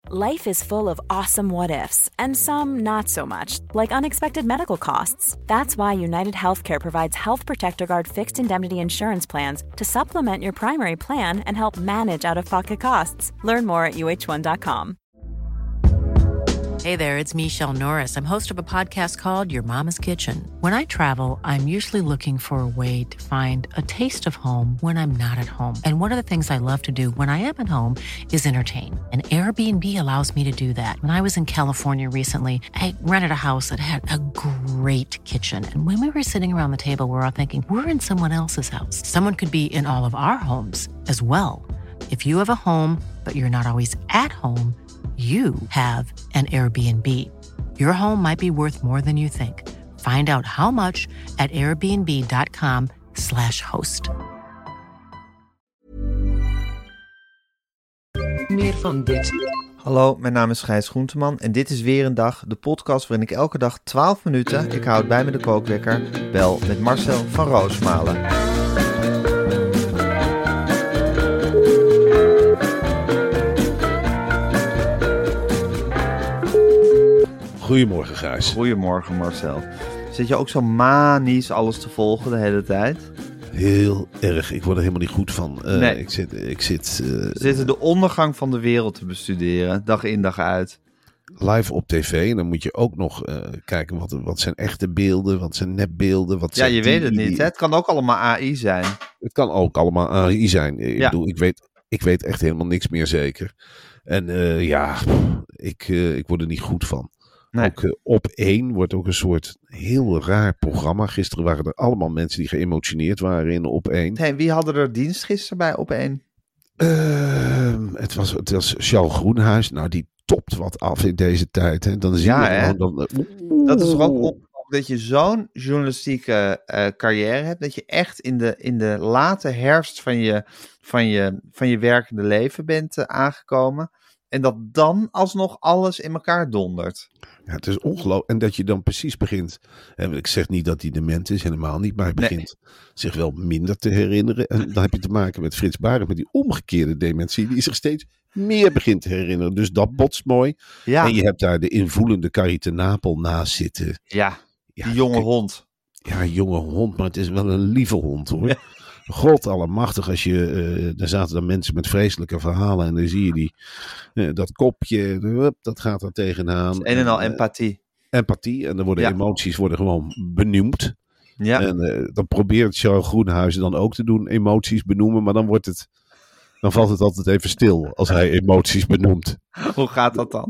Life is full of awesome what-ifs, and some not so much, like unexpected medical costs. That's why United Healthcare provides Health Protector Guard fixed indemnity insurance plans to supplement your primary plan and help manage out-of-pocket costs. Learn more at uh1.com. Hey there, it's Michelle Norris. I'm host of a podcast called Your Mama's Kitchen. When I travel, I'm usually looking for a way to find a taste of home when I'm not at home. And one of the things I love to do when I am at home is entertain. And Airbnb allows me to do that. When I was in California recently, I rented a house that had a great kitchen. And when we were sitting around the table, we're all thinking, we're in someone else's house. Someone could be in all of our homes as well. If you have a home, but you're not always at home, you have an Airbnb. Your home might be worth more than you think. Find out how much at airbnb.com/host. Meer van dit. Hallo, mijn naam is Gijs Groenteman en dit is weer een dag, de podcast waarin ik elke dag 12 minuten, ik houd bij me de kookwekker, bel met Marcel van Roosmalen. Goedemorgen, Gijs. Goedemorgen, Marcel. Zit je ook zo manisch alles te volgen de hele tijd? Heel erg. Ik word er helemaal niet goed van. Nee. Ik zit We zitten de ondergang van de wereld te bestuderen, dag in dag uit. live op tv en dan moet je ook nog kijken wat zijn echte beelden, wat zijn nepbeelden. Wat zijn je weet het niet. Hè? Het kan ook allemaal AI zijn. Het kan ook allemaal AI zijn. Ik weet echt helemaal niks meer zeker. En ik word er niet goed van. Nee. Ook Op1 wordt ook een soort heel raar programma. Gisteren waren er allemaal mensen die geëmotioneerd waren in Op1. Hey, wie hadden er dienst gisteren bij Op1? Het was Charles Groenhuis. Nou, die topt wat af in deze tijd. Hè. Dan zie je gewoon... Dat is toch ook ongelooflijk dat je zo'n journalistieke carrière hebt. Dat je echt in de late herfst van je werkende leven bent aangekomen. En dat dan alsnog alles in elkaar dondert. Ja, het is ongelooflijk. En dat je dan precies begint. En ik zeg niet dat hij dement is, helemaal niet. Maar hij begint zich wel minder te herinneren. En dan heb je te maken met Frits Barend, met die omgekeerde dementie. Die zich steeds meer begint te herinneren. Dus dat botst mooi. Ja. En je hebt daar de invoelende Carrie ten Napel naast zitten. Ja, die jonge hond. Ja, jonge hond. Maar het is wel een lieve hond, hoor. Ja. God allemachtig, daar zaten dan mensen met vreselijke verhalen en dan zie je dat kopje, dat gaat er tegenaan. Een en al empathie. Empathie, en dan worden emoties gewoon benoemd. Ja. En dan probeert Charles Groenhuis dan ook te doen, emoties benoemen, maar dan valt het altijd even stil als hij emoties benoemt. Hoe gaat dat dan?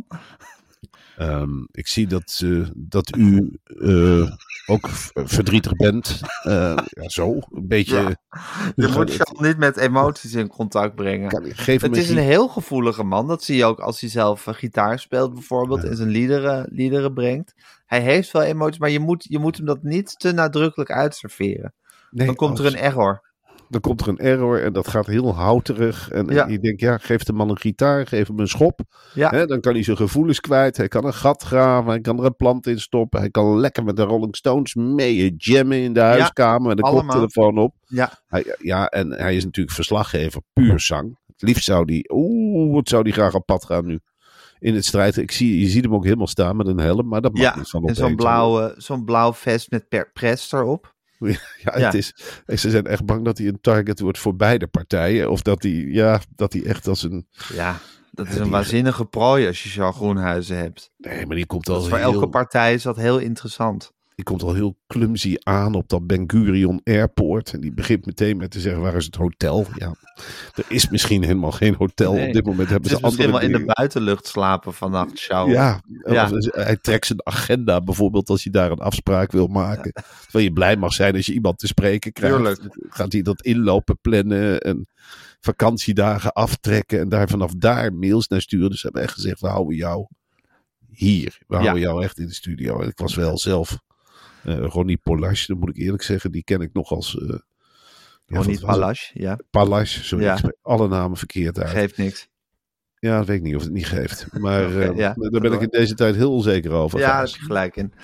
Ik zie dat u ook verdrietig bent. Zo, een beetje... Ja. Je moet je al niet met emoties in contact brengen. Het is een heel gevoelige man. Dat zie je ook als hij zelf gitaar speelt bijvoorbeeld. En zijn liederen brengt. Hij heeft wel emoties, maar je moet hem dat niet te nadrukkelijk uitserveren. Nee, dan komt er een error. Dan komt er een error en dat gaat heel houterig. En je denkt, geef de man een gitaar, geef hem een schop. Ja. Hè, dan kan hij zijn gevoelens kwijt. Hij kan een gat graven, hij kan er een plant in stoppen. Hij kan lekker met de Rolling Stones mee jammen in de huiskamer met een koptelefoon op. Ja. En hij is natuurlijk verslaggever, puur zang. Het liefst zou die graag op pad gaan nu. In het strijd. Je ziet hem ook helemaal staan met een helm, maar dat mag niet van op. En zo'n blauw vest met pres erop. Het is, ze zijn echt bang dat hij een target wordt voor beide partijen. Of dat hij echt als een... Ja, dat is een waanzinnige prooi als je Charles Groenhuizen hebt. Nee, maar die komt al voor elke partij is dat heel interessant. Die komt al heel clumsy aan op dat Ben Gurion Airport. En die begint meteen met te zeggen, waar is het hotel? Ja, er is misschien helemaal geen hotel. Nee. Op dit moment hebben ze misschien wel in de buitenlucht slapen vannacht, Sjouw. Ja. Hij trekt zijn agenda bijvoorbeeld als hij daar een afspraak wil maken. Ja. Terwijl je blij mag zijn als je iemand te spreken krijgt. Tuurlijk. Gaat hij dat inlopen plannen en vakantiedagen aftrekken. En daar vanaf daar mails naar sturen. Dus ze hebben echt gezegd, we houden jou hier. We houden jou echt in de studio. En ik was wel zelf... Ronnie Polash, dat moet ik eerlijk zeggen, die ken ik nog als... Ronnie Palash, ja. Palash, sorry, ik spreek alle namen verkeerd uit. Geeft niks. Ja, dat weet ik niet of het niet geeft. Maar daar ben ik in deze tijd heel onzeker over. Ja, daar heb je gelijk in.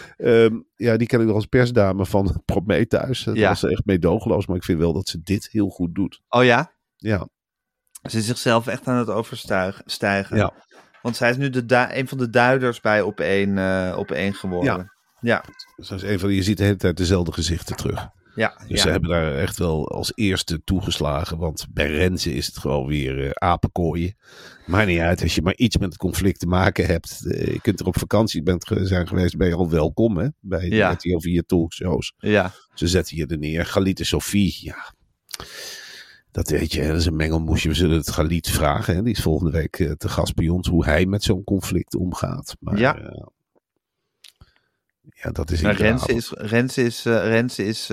Die ken ik nog als persdame van Prometheus. Dat was echt meedogenloos, maar ik vind wel dat ze dit heel goed doet. Oh ja? Ja. Ze is zichzelf echt aan het overstijgen. Ja. Want zij is nu een van de duiders bij op één geworden. Ja. Dat is een van je ziet de hele tijd dezelfde gezichten terug. Ja, dus ze hebben daar echt wel als eerste toegeslagen. Want bij Renze is het gewoon weer apenkooien. Maakt niet uit, als je maar iets met het conflict te maken hebt. Je kunt er op vakantie zijn geweest, ben je al welkom. Hè? Bij de RTL 4 talkshows. Ja. Ze zetten je er neer. Galit en Sophie, ja. Dat weet je, dat is een mengelmoesje. We zullen het Galit vragen. Hè? Die is volgende week te gast bij ons. Hoe hij met zo'n conflict omgaat. Maar ja, dat is Renze is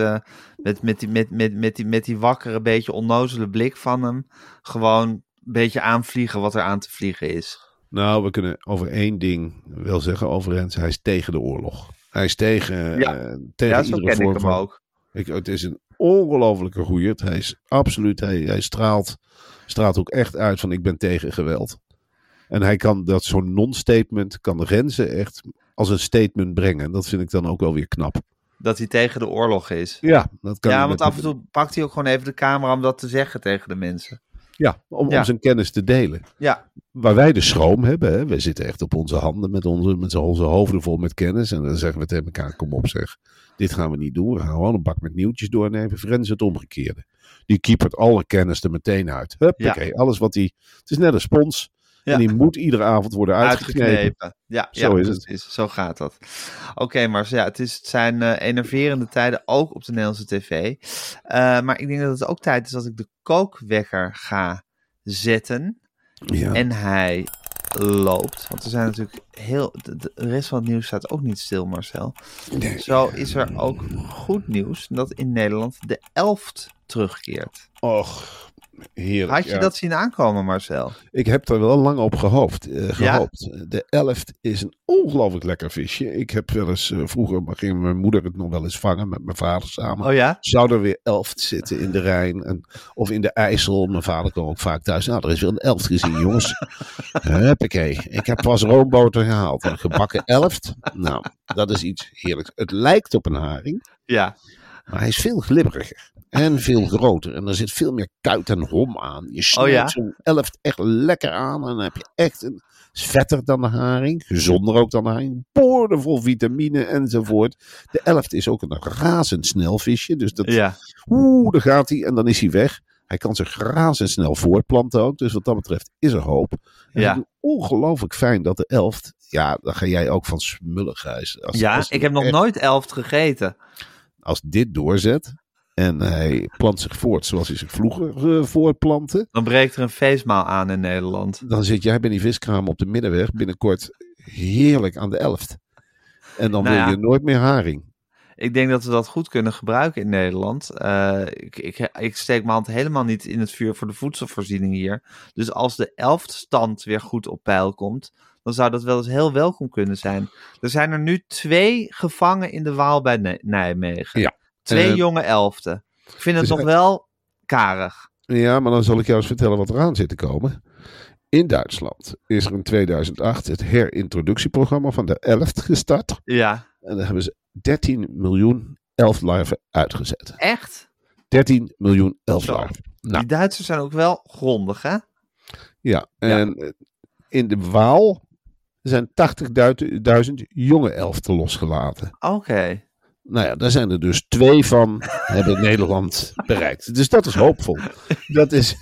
met die wakkere, beetje onnozele blik van hem gewoon een beetje aanvliegen wat er aan te vliegen is. Nou, we kunnen over één ding wel zeggen over Renze. Hij is tegen de oorlog. Hij is tegen iedere vorm van... ook. Het is een ongelofelijke goeierd. Hij is absoluut, hij straalt ook echt uit van ik ben tegen geweld. En hij kan dat zo'n non-statement, kan Renze echt als een statement brengen. Dat vind ik dan ook wel weer knap. Dat hij tegen de oorlog is. Ja, dat kan. Ja, want af en toe pakt hij ook gewoon even de camera om dat te zeggen tegen de mensen. Ja, om zijn kennis te delen. Ja. Waar wij de schroom hebben, hè? Wij zitten echt op onze handen met onze hoofden vol met kennis. En dan zeggen we tegen elkaar, kom op zeg, dit gaan we niet doen. We gaan gewoon een bak met nieuwtjes doornemen. Renze het omgekeerde. Die keepert alle kennis er meteen uit. Huppakee, alles wat hij... Het is net een spons. Ja. En die moet iedere avond worden uitgeknepen. Ja, zo is het. Zo gaat dat. Oké, maar het zijn enerverende tijden ook op de Nederlandse tv. Maar ik denk dat het ook tijd is dat ik de kookwekker ga zetten. Ja. En hij loopt. Want er zijn natuurlijk de rest van het nieuws staat ook niet stil, Marcel. Nee. Zo is er ook goed nieuws dat in Nederland de Elft terugkeert. Och, heerlijk. Had je dat zien aankomen, Marcel? Ik heb er wel lang op gehoopt. De Elft is een ongelooflijk lekker visje. Ik heb wel eens, vroeger ging mijn moeder het nog wel eens vangen met mijn vader samen. Oh ja? Zou er weer Elft zitten in de Rijn of in de IJssel. Mijn vader kwam ook vaak thuis. Nou, er is weer een Elft gezien, jongens. Huppakee. Ik heb pas roomboter gehaald. Een gebakken Elft. Nou, dat is iets heerlijks. Het lijkt op een haring. Ja. Maar hij is veel glibberiger. En veel groter. En er zit veel meer kuit en hom aan. Je snijdt zo'n Elft echt lekker aan. En dan heb je echt een... is vetter dan de haring. Gezonder ook dan de haring. Boordevol vitamine enzovoort. De Elft is ook een razendsnel visje. Dus dat... Ja. Daar gaat hij. En dan is hij weg. Hij kan zich razendsnel voortplanten ook. Dus wat dat betreft is er hoop. En het is ongelooflijk fijn dat de Elft... Ja, daar ga jij ook van smullen, Gijs. Ik heb nog nooit Elft gegeten. Als dit doorzet... En hij plant zich voort zoals hij zich vroeger voortplantte. Dan breekt er een feestmaal aan in Nederland. Dan zit jij bij die viskraam op de Middenweg binnenkort heerlijk aan de Elft. En dan wil je nooit meer haring. Ik denk dat we dat goed kunnen gebruiken in Nederland. Ik steek mijn hand helemaal niet in het vuur voor de voedselvoorziening hier. Dus als de Elftstand weer goed op peil komt, dan zou dat wel eens heel welkom kunnen zijn. Er zijn er nu 2 gevangen in de Waal bij Nijmegen. Ja. 2 jonge Elften. Ik vind het nog wel karig. Ja, maar dan zal ik jou eens vertellen wat eraan zit te komen. In Duitsland is er in 2008 het herintroductieprogramma van de Elft gestart. Ja. En daar hebben ze 13 miljoen elftlarven uitgezet. Echt? 13 miljoen elftlarven. Nou. Die Duitsers zijn ook wel grondig, hè? Ja, en in de Waal zijn 80.000 jonge elften losgelaten. Oké. Nou ja, daar zijn er dus 2 van hebben Nederland bereikt. Dus dat is hoopvol. Dat is,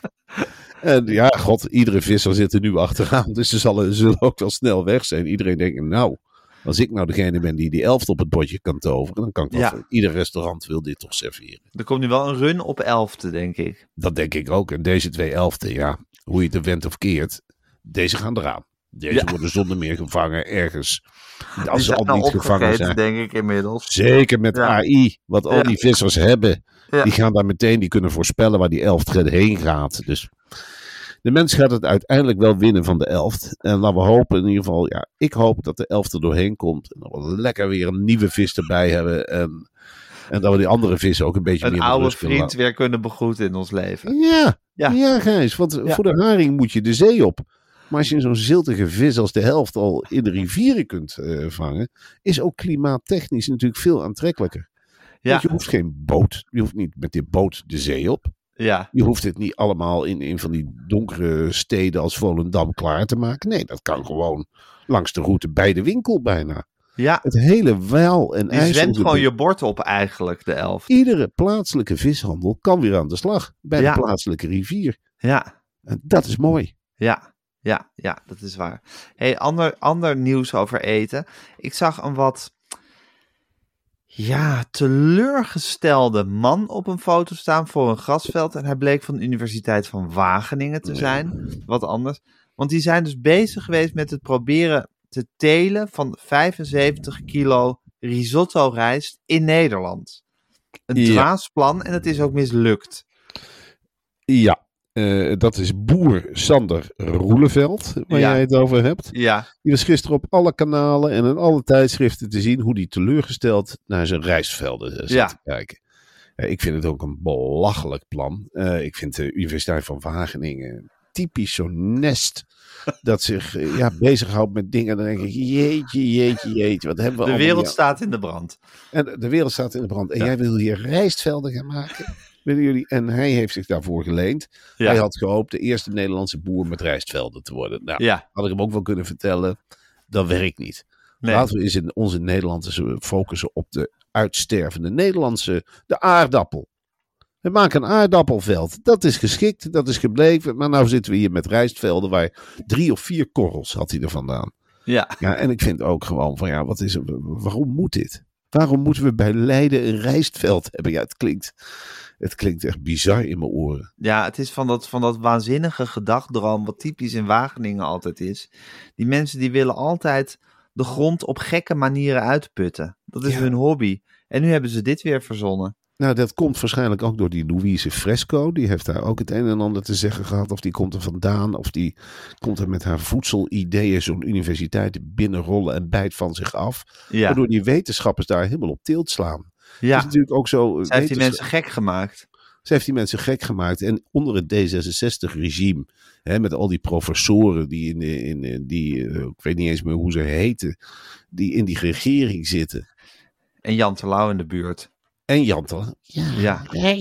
En iedere visser zit er nu achteraan. Dus ze zullen ook wel snel weg zijn. Iedereen denkt, nou, als ik nou degene ben die Elft op het bordje kan toveren, dan kan ik wel voor ieder restaurant wil dit toch serveren. Er komt nu wel een run op Elften, denk ik. Dat denk ik ook. En deze 2 Elften, hoe je het er went of keert, deze gaan eraan. Deze worden zonder meer gevangen ergens. Als ze al niet gevangen zijn. Denk ik inmiddels. Zeker met AI. Wat al die vissers hebben. Ja. Die gaan daar meteen, die kunnen voorspellen waar die Elft heen gaat. Dus de mens gaat het uiteindelijk wel winnen van de Elft. En laten we hopen in ieder geval. Ja, ik hoop dat de Elft er doorheen komt. En dat we lekker weer een nieuwe vis erbij hebben. En dat we die andere vissen ook een beetje meer een oude vriend weer kunnen begroeten in ons leven. Ja, Gijs. Want voor de haring moet je de zee op. Maar als je zo'n ziltige vis als de Elft al in de rivieren kunt vangen, is ook klimaattechnisch natuurlijk veel aantrekkelijker. Ja. Want je hoeft geen boot, je hoeft niet met die boot de zee op. Ja. Je hoeft het niet allemaal in een van die donkere steden als Volendam klaar te maken. Nee, dat kan gewoon langs de route bij de winkel bijna. Ja. Het hele Waal en IJssel. Je zwemt gewoon je bord op eigenlijk, de Elf. Iedere plaatselijke vishandel kan weer aan de slag bij de plaatselijke rivier. Ja. En dat is mooi. Ja, dat is waar. Hey, ander nieuws over eten. Ik zag een wat teleurgestelde man op een foto staan voor een grasveld. En hij bleek van de Universiteit van Wageningen te zijn. Wat anders. Want die zijn dus bezig geweest met het proberen te telen van 75 kilo risotto rijst in Nederland. Een dwaas plan en het is ook mislukt. Ja. Dat is boer Sander Roeleveld, waar jij het over hebt. Ja. Die was gisteren op alle kanalen en in alle tijdschriften te zien hoe die teleurgesteld naar zijn rijstvelden zit te kijken. Ik vind het ook een belachelijk plan. Ik vind de Universiteit van Wageningen typisch zo'n nest dat zich bezighoudt met dingen. Dan denk ik, jeetje, wat hebben we De wereld staat in de brand. En de wereld staat in de brand. En jij wil hier rijstvelden gaan maken? Willen jullie? En hij heeft zich daarvoor geleend. Ja. Hij had gehoopt de eerste Nederlandse boer met rijstvelden te worden. Nou, had ik hem ook wel kunnen vertellen. Dat werkt niet. Nee. Laten we eens in onze Nederlandse focussen op de uitstervende Nederlandse, de aardappel. We maken een aardappelveld. Dat is geschikt, dat is gebleven. Maar nou zitten we hier met rijstvelden waar 3 of 4 korrels had hij er vandaan. Ja, en ik vind ook gewoon van waarom moet dit? Waarom moeten we bij Leiden een rijstveld hebben? Ja, het klinkt echt bizar in mijn oren. Ja, het is van dat waanzinnige gedachtdroom wat typisch in Wageningen altijd is. Die mensen die willen altijd de grond op gekke manieren uitputten. Dat is hun hobby. En nu hebben ze dit weer verzonnen. Nou, dat komt waarschijnlijk ook door die Louise Fresco. Die heeft daar ook het een en ander te zeggen gehad. Of die komt er vandaan. Of die komt er met haar voedselideeën zo'n universiteit binnenrollen en bijt van zich af. Ja. Waardoor die wetenschappers daar helemaal op tilt slaan. Ja. Dat is natuurlijk ook zo. Zij heeft die mensen gek gemaakt. Ze heeft die mensen gek gemaakt. En onder het D66-regime, met al die professoren die ik weet niet eens meer hoe ze heten, die in die regering zitten. En Jan Terlouw in de buurt. En Jan Terlouw. Ja.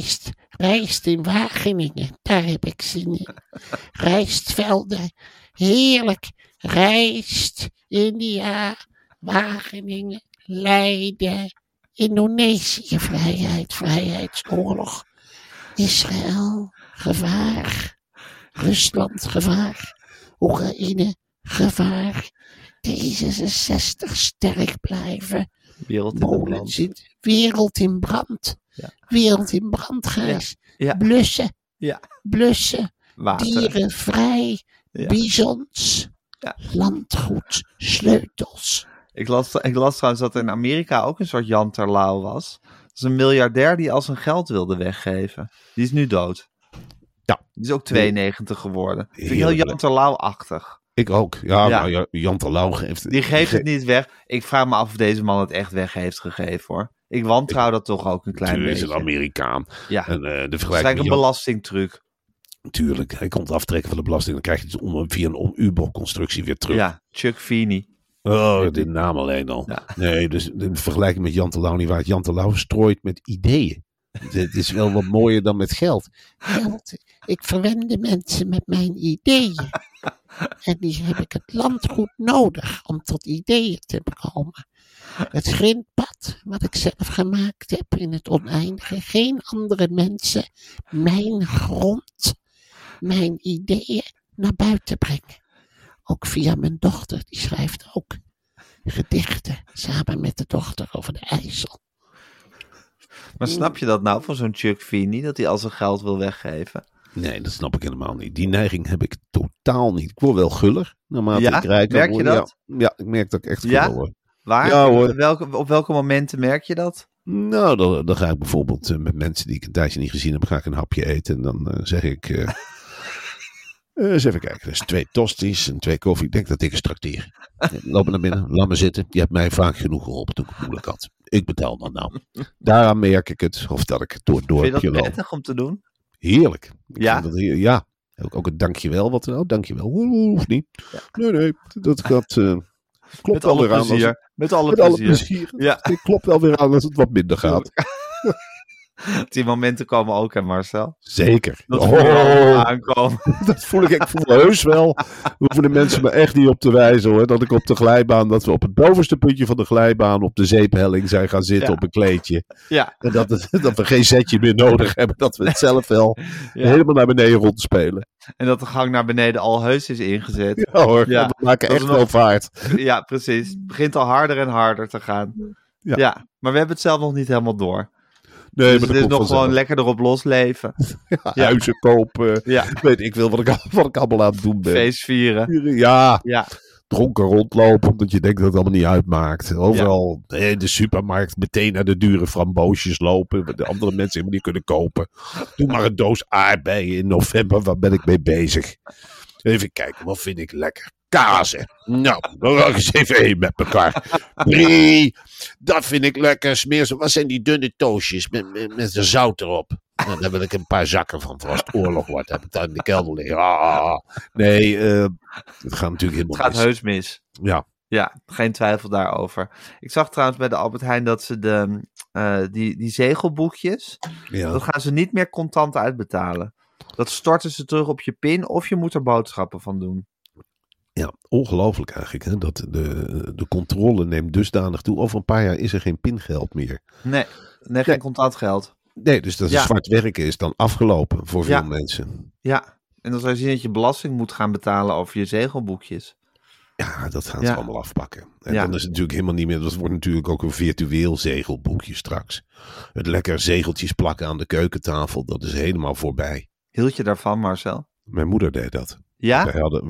Rijst in Wageningen, daar heb ik zin in. Rijstvelden, heerlijk. Rijst, India, Wageningen, Leiden, Indonesië, vrijheidsoorlog. Israël, gevaar. Rusland, gevaar. Oekraïne, gevaar. D66 sterk blijven. Wereld in brand. Ja. Wereld in brand, Gijs. Ja. Blussen. Ja. Blussen. Water. Dieren vrij. Ja. Bizons. Ja. Landgoed. Sleutels. Ik las trouwens dat er in Amerika ook een soort Jan Terlouw was. Dat is een miljardair die al zijn geld wilde weggeven. Die is nu dood. Ja. Die is ook 92 geworden. Ik vind heel Jan Terlouw-achtig. Ik ook. Ja. Maar Jan Terlouw geeft... Die geeft het niet weg. Ik vraag me af of deze man het echt weg heeft gegeven, hoor. Ik wantrouw dat toch ook een klein beetje. Hij is een Amerikaan. Ja. En, de het is eigenlijk een belastingtruc. Tuurlijk. Hij komt aftrekken van de belasting. Dan krijg je het via een onubo-constructie weer terug. Ja, Chuck Feeney. Oh, dit naam alleen al. Ja. Nee, dus in vergelijking met Jan Terlouw niet waar. Jan Terlouw strooit met ideeën. Het is wel wat mooier dan met geld. Ik verwende mensen met mijn ideeën. En die heb ik het landgoed nodig om tot ideeën te komen. Het grindpad wat ik zelf gemaakt heb in het oneindige. Geen andere mensen mijn grond, mijn ideeën naar buiten brengen. Ook via mijn dochter, die schrijft ook gedichten samen met de dochter over de IJssel. Maar snap je dat nou van zo'n Chuck Feeney, dat hij al zijn geld wil weggeven? Nee, dat snap ik helemaal niet. Die neiging heb ik totaal niet. Ik word wel guller naarmate ik rijker merk je dat? Ja, ik merk dat ik echt guller word. Waar? Ja, hoor. Op welke momenten merk je dat? Nou, dan ga ik bijvoorbeeld met mensen die ik een tijdje niet gezien heb, ga ik een hapje eten en dan zeg ik... eens even kijken, dus 2 tosties en 2 koffie. Ik denk dat ik eens trakteer. Loop naar binnen, laat me zitten. Je hebt mij vaak genoeg geholpen toen ik het moeilijk had. Ik betaal dan nou. Daaraan merk ik het, of dat ik door het dorpje loop. Vind je dat prettig om te doen? Heerlijk. Ja? Ja. Ook het dankjewel. Dankjewel. Hoeft niet. Ja. Nee, dat klopt met wel weer plezier. aan. Met alle plezier. Ja. Het klopt wel weer aan als het wat minder gaat. Die momenten komen ook, hè Marcel? Zeker. Dat voel je aankomen. Dat voel ik. Ik voel heus wel. Hoeven de mensen me echt niet op te wijzen hoor. Dat ik op de glijbaan, dat we op het bovenste puntje van de glijbaan op de zeephelling zijn gaan zitten op een kleedje. Ja. En dat we geen zetje meer nodig hebben. Dat we het zelf wel helemaal naar beneden rondspelen. En dat de gang naar beneden al heus is ingezet. Ja hoor, we maken echt wel vaart. Ja, precies. Het begint al harder en harder te gaan. Ja, maar we hebben het zelf nog niet helemaal door. Nee, dus maar het is nog gewoon lekker erop losleven. Huizen kopen. Weet ik veel wat ik allemaal aan het doen ben. Feest vieren. Ja. Dronken rondlopen, omdat je denkt dat het allemaal niet uitmaakt. Overal in de supermarkt meteen naar de dure framboosjes lopen. De andere mensen helemaal niet kunnen kopen. Doe maar een doos aardbeien in november. Waar ben ik mee bezig? Even kijken, wat vind ik lekker? Kazen. Nou, dan ga ik eens even heen met elkaar. 3. Dat vind ik lekker. Smeer ze. Wat zijn die dunne toastjes met de zout erop? Nou, daar wil ik een paar zakken van. Als het oorlog wordt, heb ik daar in de kelder liggen. Nee, het gaat natuurlijk helemaal mis. Het gaat heus mis. Ja. Ja, geen twijfel daarover. Ik zag trouwens bij de Albert Heijn dat ze die zegelboekjes, dat gaan ze niet meer contant uitbetalen. Dat storten ze terug op je pin of je moet er boodschappen van doen. Ja, ongelooflijk eigenlijk. Hè? Dat de controle neemt dusdanig toe. Over een paar jaar is er geen pingeld meer. Nee, geen contant geld. Nee, dus dat zwart werken is dan afgelopen voor veel mensen. Ja, en dan zou je zien dat je belasting moet gaan betalen over je zegelboekjes. Ja, dat gaan ze allemaal afpakken. En dan is het natuurlijk helemaal niet meer. Dat wordt natuurlijk ook een virtueel zegelboekje straks. Het lekker zegeltjes plakken aan de keukentafel, dat is helemaal voorbij. Hield je daarvan, Marcel? Mijn moeder deed dat. Ja?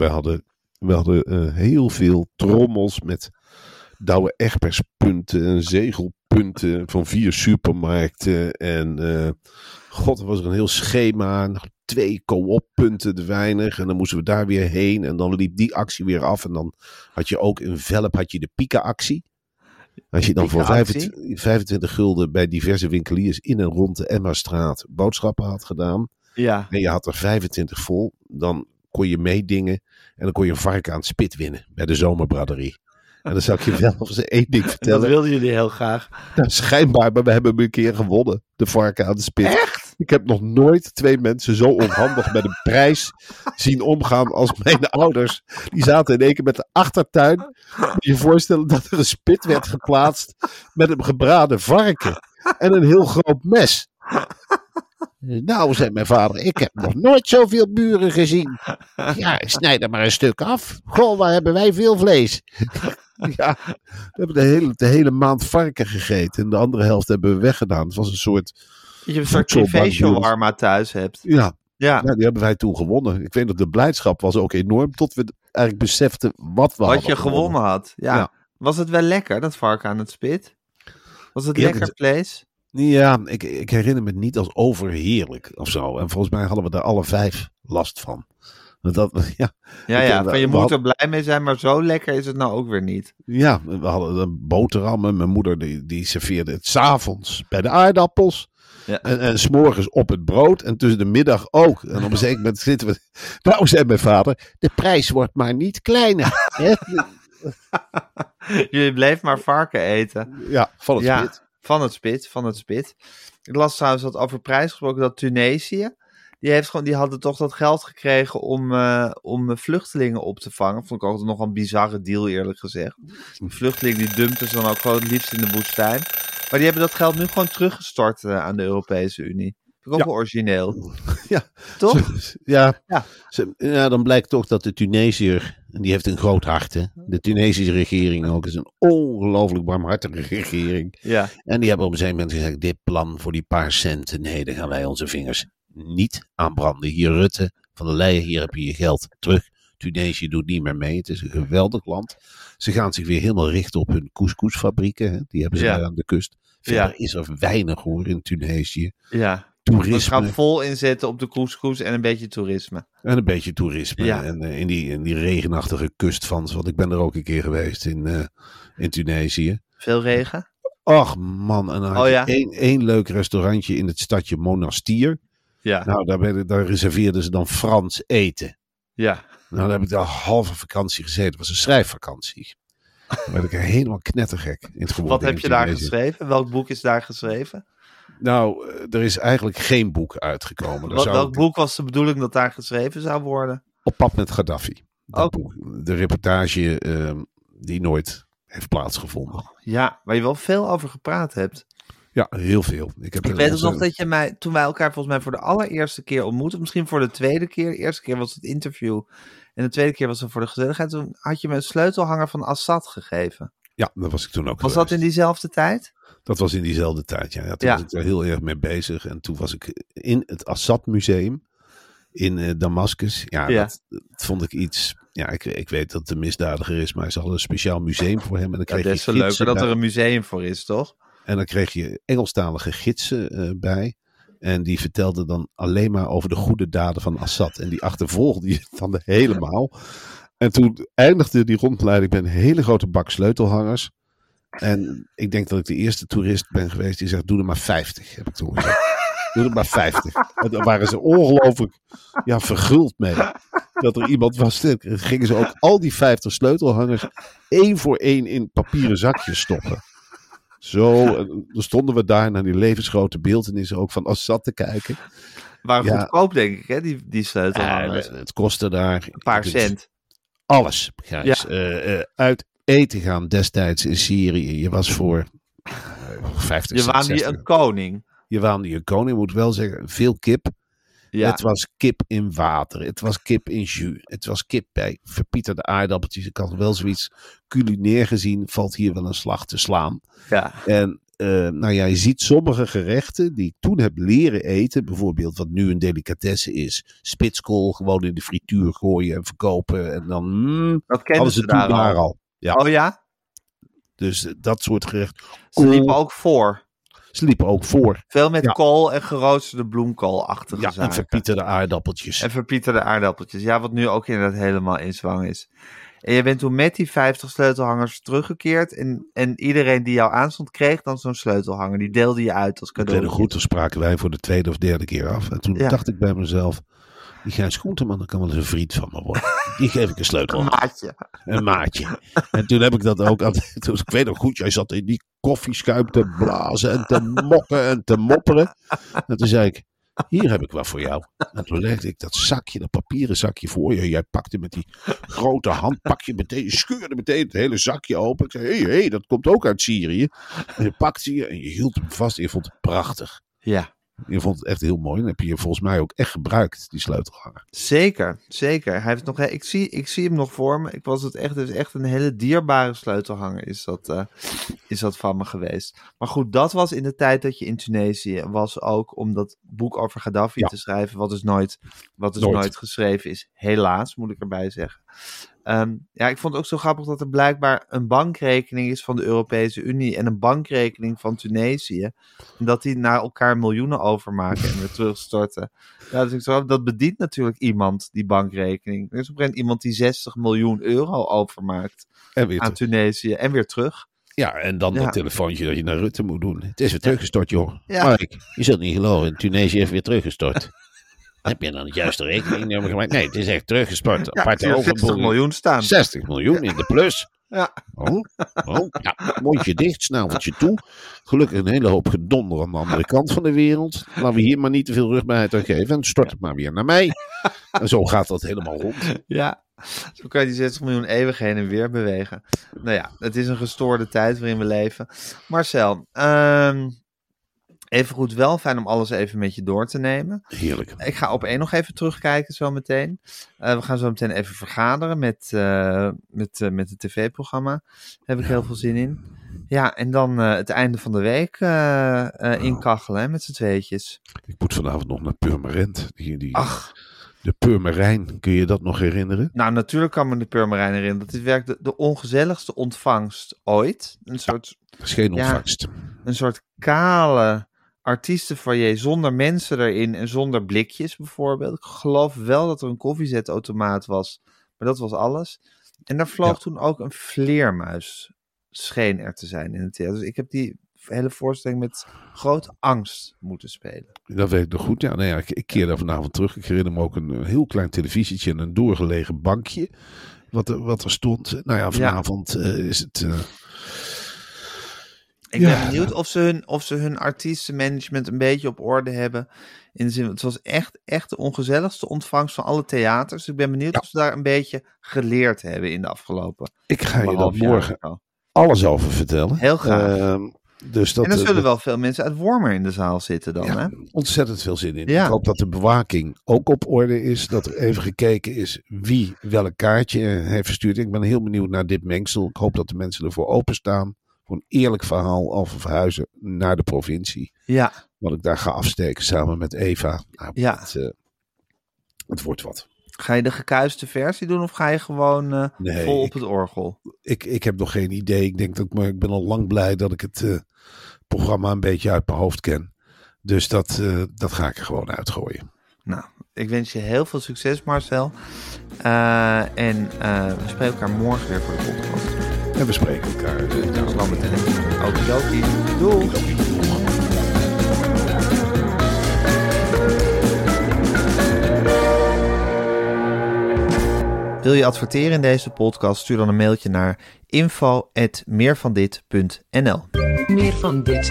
We hadden heel veel trommels met Douwe Egbertspunten en zegelpunten van 4 supermarkten. En er was er een heel schema. Nog 2 co-op punten te weinig. En dan moesten we daar weer heen. En dan liep die actie weer af. En dan had je ook in Velp had je de Pika-actie. Als je dan voor 25 gulden bij diverse winkeliers in en rond de Emmastraat boodschappen had gedaan. Ja. En je had er 25 vol. Dan kon je meedingen. En dan kon je een varken aan het spit winnen bij de Zomerbraderie. En dan zou ik je wel eens 1 ding vertellen. Dat wilden jullie heel graag. Nou, schijnbaar, maar we hebben hem een keer gewonnen. De varken aan de spit. Echt? Ik heb nog nooit 2 mensen zo onhandig met een prijs zien omgaan als mijn ouders. Die zaten in één keer met de achtertuin. Moet je je voorstellen dat er een spit werd geplaatst met een gebraden varken. En een heel groot mes. Nou, zei mijn vader, ik heb nog nooit zoveel buren gezien. Ja, snijd er maar een stuk af. Goh, waar hebben wij veel vlees. Ja, we hebben de hele maand varken gegeten. En de andere helft hebben we weggedaan. Het was een soort... Dat je een soort privé-shawarma thuis hebt. Ja, die hebben wij toen gewonnen. Ik weet dat de blijdschap was ook enorm. Tot we eigenlijk beseften wat je gewonnen had. Ja. Was het wel lekker, dat varken aan het spit? Was het lekker vlees? Ja, ik herinner me het niet als overheerlijk of zo. En volgens mij hadden we daar alle 5 last van. Je moet er blij mee zijn, maar zo lekker is het nou ook weer niet. Ja, we hadden een boterham en mijn moeder die serveerde het 's avonds bij de aardappels. Ja. En 's morgens op het brood en tussen de middag ook. En op een zeker moment zitten we... Nou, zei mijn vader, de prijs wordt maar niet kleiner. Jullie bleef maar varken eten. Ja, van het spit. Van het spit. Ik las trouwens dat over prijs gesproken dat Tunesië, die hadden toch dat geld gekregen om vluchtelingen op te vangen. Vond ik ook nog een bizarre deal, eerlijk gezegd. Die vluchtelingen die dumpten ze dan ook gewoon het liefst in de woestijn. Maar die hebben dat geld nu gewoon teruggestort aan de Europese Unie. Vind ik ook wel origineel. Ja. Toch? Ja, dan blijkt toch dat de Tunesiër, en die heeft een groot hart, hè. De Tunesische regering ook is een ongelooflijk barmhartige regering. Ja. En die hebben op een gegeven moment gezegd, dit plan voor die paar centen, nee, daar gaan wij onze vingers niet aan branden. Hier Rutte, Van der Leyen, hier heb je je geld terug. Tunesië doet niet meer mee. Het is een geweldig land. Ze gaan zich weer helemaal richten op hun couscousfabrieken. Hè. Die hebben ze daar aan de kust. Verder is er weinig hoor in Tunesië. Ja. Toerisme. We gaan vol inzetten op de couscous en een beetje toerisme. En een beetje toerisme. Ja. En in die regenachtige kustfans. Want ik ben er ook een keer geweest in Tunesië. Veel regen? Och man. En dan had je één leuk restaurantje in het stadje Monastir. Ja. Nou, daar reserveerden ze dan Frans eten. Ja. Nou, daar heb ik de halve vakantie gezeten. Het was een schrijfvakantie. Dan werd ik er helemaal knettergek in het geworden. Wat heb je daar geschreven? Welk boek is daar geschreven? Nou, er is eigenlijk geen boek uitgekomen. Welk boek was de bedoeling dat daar geschreven zou worden? Op pad met Gaddafi. Boek, de reportage die nooit heeft plaatsgevonden. Ja, waar je wel veel over gepraat hebt. Ja, heel veel. Ik weet ook nog dat je mij, toen wij elkaar volgens mij voor de allereerste keer ontmoetten, misschien voor de tweede keer. De eerste keer was het interview en de tweede keer was het voor de gezelligheid. Toen had je me een sleutelhanger van Assad gegeven. Ja, dat was ik toen ook. Was dat in diezelfde tijd? Dat was in diezelfde tijd, ja. Toen was ik er heel erg mee bezig. En toen was ik in het Assad Museum in Damascus. Ja, dat vond ik iets... Ja, ik weet dat het een misdadiger is, maar ze hadden een speciaal museum voor hem. En dan kreeg dat is zo leuker dat er een museum voor is, toch? En dan kreeg je Engelstalige gidsen bij. En die vertelden dan alleen maar over de goede daden van Assad. En die achtervolgde je dan helemaal. En toen eindigde die rondleiding met een hele grote bak sleutelhangers. En ik denk dat ik de eerste toerist ben geweest die zegt, doe er maar 50, heb ik toen gezegd. Doe er maar 50. En daar waren ze ongelooflijk verguld mee. Dat er iemand was. Dan gingen ze ook al die 50 sleutelhangers 1 voor 1 in papieren zakjes stoppen. Zo, dan stonden we daar naar die levensgrote beeltenissen ook van Assad te kijken. Waren goedkoop, denk ik, hè, die sleutelhangers. Het kostte daar... Een paar cent. Alles, Gijs. Uit eten gaan destijds in Syrië. Je was voor 50, Je waande je een koning. Je waande je koning. Ik moet wel zeggen, veel kip. Ja. Het was kip in water. Het was kip in jus. Het was kip bij verpieterde aardappeltjes. Ik had wel zoiets culinair gezien. Valt hier wel een slag te slaan. Ja. En je ziet sommige gerechten die ik toen heb leren eten. Bijvoorbeeld wat nu een delicatesse is. Spitskool gewoon in de frituur gooien en verkopen. En dan dat kennen ze daar al. Ja. Oh ja? Dus dat soort gerechten. Ze liepen ook voor. Ze liepen ook voor. Veel met kool en geroosterde bloemkoolachtige zaken. En verpieterde aardappeltjes. Ja, wat nu ook inderdaad helemaal in zwang is. En je bent toen met die 50 sleutelhangers teruggekeerd. En iedereen die jou aanstond kreeg dan zo'n sleutelhanger. Die deelde je uit als cadeau. Ik weet goed, dan spraken wij voor de 2e of 3e keer af. En toen dacht ik bij mezelf, die Gijs Groenteman, dan kan wel eens een vriend van me worden. Die geef ik een sleutel. Een maatje. En toen heb ik dat ook altijd. Ik weet nog goed, jij zat in die koffieschuim te blazen en te mokken en te mopperen. En toen zei ik, hier heb ik wat voor jou. En toen legde ik dat zakje, dat papieren zakje voor je. Jij pakte met die grote hand, scheurde meteen het hele zakje open. Ik zei, hé, dat komt ook uit Syrië. En je pakte je en je hield hem vast en je vond het prachtig. Ja. Je vond het echt heel mooi. En heb je volgens mij ook echt gebruikt, die sleutelhanger. Zeker. Hij heeft nog, ik zie hem nog voor me. Het is echt een hele dierbare sleutelhanger is dat van me geweest. Maar goed, dat was in de tijd dat je in Tunesië was ook om dat boek over Gaddafi te schrijven. Wat dus nooit geschreven is. Helaas, moet ik erbij zeggen. Ik vond het ook zo grappig dat er blijkbaar een bankrekening is van de Europese Unie en een bankrekening van Tunesië. En dat die naar elkaar miljoenen overmaken en weer terugstorten. Ja, dus dat bedient natuurlijk iemand, die bankrekening. Er is op een gegeven moment iemand die 60 miljoen euro overmaakt aan Tunesië en weer terug. Ja, en dan dat telefoontje dat je naar Rutte moet doen. Het is weer teruggestort, joh. Ja. Mark, je zult niet geloven, Tunesië heeft weer teruggestort. Heb je dan het juiste rekeningnummer gemaakt? Nee, het is echt teruggestort. Ja, 60 miljoen staan. 60 miljoen in de plus. Ja. Mondje dicht, snaveltje toe. Gelukkig een hele hoop gedonder aan de andere kant van de wereld. Laten we hier maar niet te veel rugbaarheid aan geven. En stort het maar weer naar mij. En zo gaat dat helemaal rond. Ja, zo kan je die 60 miljoen eeuwig heen en weer bewegen. Nou ja, het is een gestoorde tijd waarin we leven. Marcel, even goed, wel fijn om alles even met je door te nemen. Heerlijk. Ik ga op één nog even terugkijken zo meteen. We gaan zo meteen even vergaderen met het tv-programma. Daar heb ik heel veel zin in. Ja, en dan het einde van de week inkachelen hè, met z'n tweetjes. Ik moet vanavond nog naar Purmerend. De Purmerijn, kun je dat nog herinneren? Nou, natuurlijk kan me de Purmerijn herinneren. Dat is werkelijk de ongezelligste ontvangst ooit. Dat is geen ontvangst. Een soort kale artiestenfoyer zonder mensen erin en zonder blikjes bijvoorbeeld. Ik geloof wel dat er een koffiezetautomaat was, maar dat was alles. En daar vloog toen ook een vleermuis, scheen er te zijn in het theater. Dus ik heb die hele voorstelling met grote angst moeten spelen. Dat weet ik nog goed. Ja, ik keer daar vanavond terug. Ik herinner me ook een heel klein televisietje en een doorgelegen bankje wat er stond. Nou ja, vanavond is het... Ik ben benieuwd of ze hun artiestenmanagement een beetje op orde hebben. In de zin, het was echt de ongezelligste ontvangst van alle theaters. Ik ben benieuwd of ze daar een beetje geleerd hebben in de afgelopen. Ik ga je dat morgen alles over vertellen. Heel graag. En er zullen wel veel mensen uit Wormer in de zaal zitten dan, hè? Ontzettend veel zin in. Ja. Ik hoop dat de bewaking ook op orde is. Dat er even gekeken is wie welk kaartje heeft verstuurd. Ik ben heel benieuwd naar dit mengsel. Ik hoop dat de mensen ervoor openstaan. Voor een eerlijk verhaal over verhuizen naar de provincie. Ja. Wat ik daar ga afsteken samen met Eva. Nou, het wordt wat. Ga je de gekuiste versie doen of ga je gewoon vol op het orgel? Ik heb nog geen idee. Ik ben al lang blij dat ik het programma een beetje uit mijn hoofd ken. Dus dat ga ik er gewoon uitgooien. Nou, ik wens je heel veel succes, Marcel. En we spreken elkaar morgen weer voor de podcast. En we spreken elkaar. Zo meteen. Okidoki. Doei. Wil je adverteren in deze podcast? Stuur dan een mailtje naar info@meervandit.nl. Meer van dit.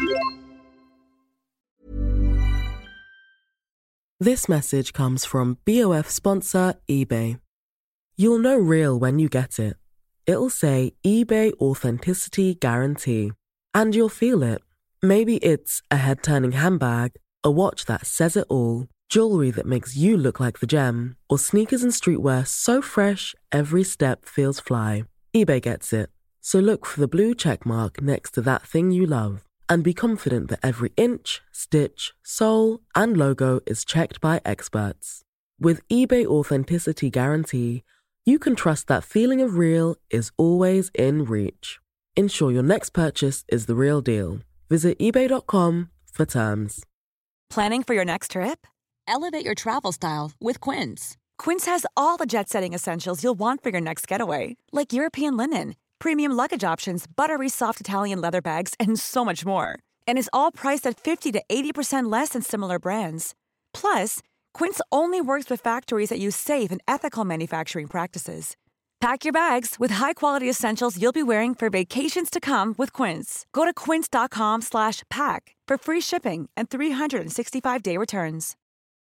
This message comes from BOF sponsor eBay. You'll know real when you get it. It'll say eBay Authenticity Guarantee. And you'll feel it. Maybe it's a head-turning handbag, a watch that says it all, jewelry that makes you look like the gem, or sneakers and streetwear so fresh every step feels fly. eBay gets it. So look for the blue checkmark next to that thing you love and be confident that every inch, stitch, sole, and logo is checked by experts. With eBay Authenticity Guarantee, you can trust that feeling of real is always in reach. Ensure your next purchase is the real deal. Visit ebay.com for terms. Planning for your next trip? Elevate your travel style with Quince. Quince has all the jet-setting essentials you'll want for your next getaway, like European linen, premium luggage options, buttery soft Italian leather bags, and so much more. And is all priced at 50 to 80% less than similar brands. Plus, Quince only works with factories that use safe and ethical manufacturing practices. Pack your bags with high-quality essentials you'll be wearing for vacations to come with Quince. Go to quince.com/pack for free shipping and 365-day returns.